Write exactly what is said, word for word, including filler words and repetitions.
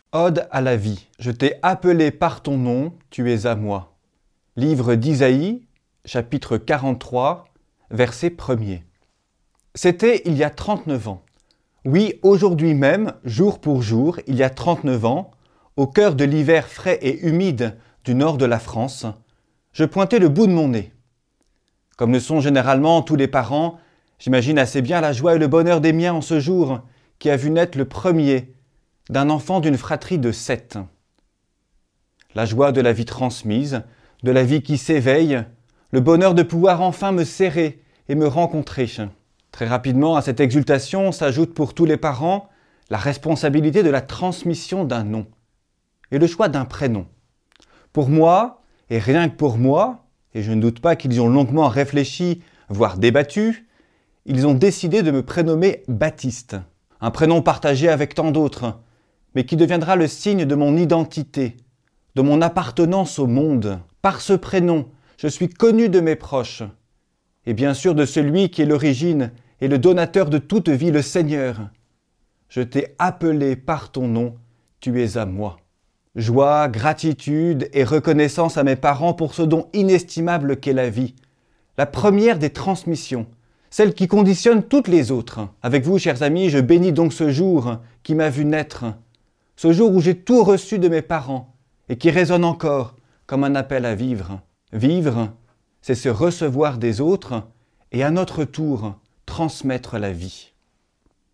Ode à la vie. Je t'ai appelé par ton nom, tu es à moi. Livre d'Isaïe, chapitre quarante-trois, verset premier. C'était il y a trente-neuf ans. Oui, aujourd'hui même, jour pour jour, il y a trente-neuf ans, au cœur de l'hiver frais et humide du nord de la France, je pointais le bout de mon nez. Comme le sont généralement tous les parents, j'imagine assez bien la joie et le bonheur des miens en ce jour qui a vu naître le premier d'un enfant d'une fratrie de sept. La joie de la vie transmise, de la vie qui s'éveille, le bonheur de pouvoir enfin me serrer et me rencontrer. Très rapidement à cette exultation s'ajoute pour tous les parents la responsabilité de la transmission d'un nom et le choix d'un prénom. Pour moi, et rien que pour moi, et je ne doute pas qu'ils y ont longuement réfléchi, voire débattu, ils ont décidé de me prénommer Baptiste, un prénom partagé avec tant d'autres, mais qui deviendra le signe de mon identité, de mon appartenance au monde. Par ce prénom, je suis connu de mes proches, et bien sûr de celui qui est l'origine et le donateur de toute vie, le Seigneur. Je t'ai appelé par ton nom, tu es à moi. Joie, gratitude et reconnaissance à mes parents pour ce don inestimable qu'est la vie, la première des transmissions, celle qui conditionne toutes les autres. Avec vous, chers amis, je bénis donc ce jour qui m'a vu naître, ce jour où j'ai tout reçu de mes parents et qui résonne encore comme un appel à vivre. Vivre, c'est se recevoir des autres et à notre tour transmettre la vie.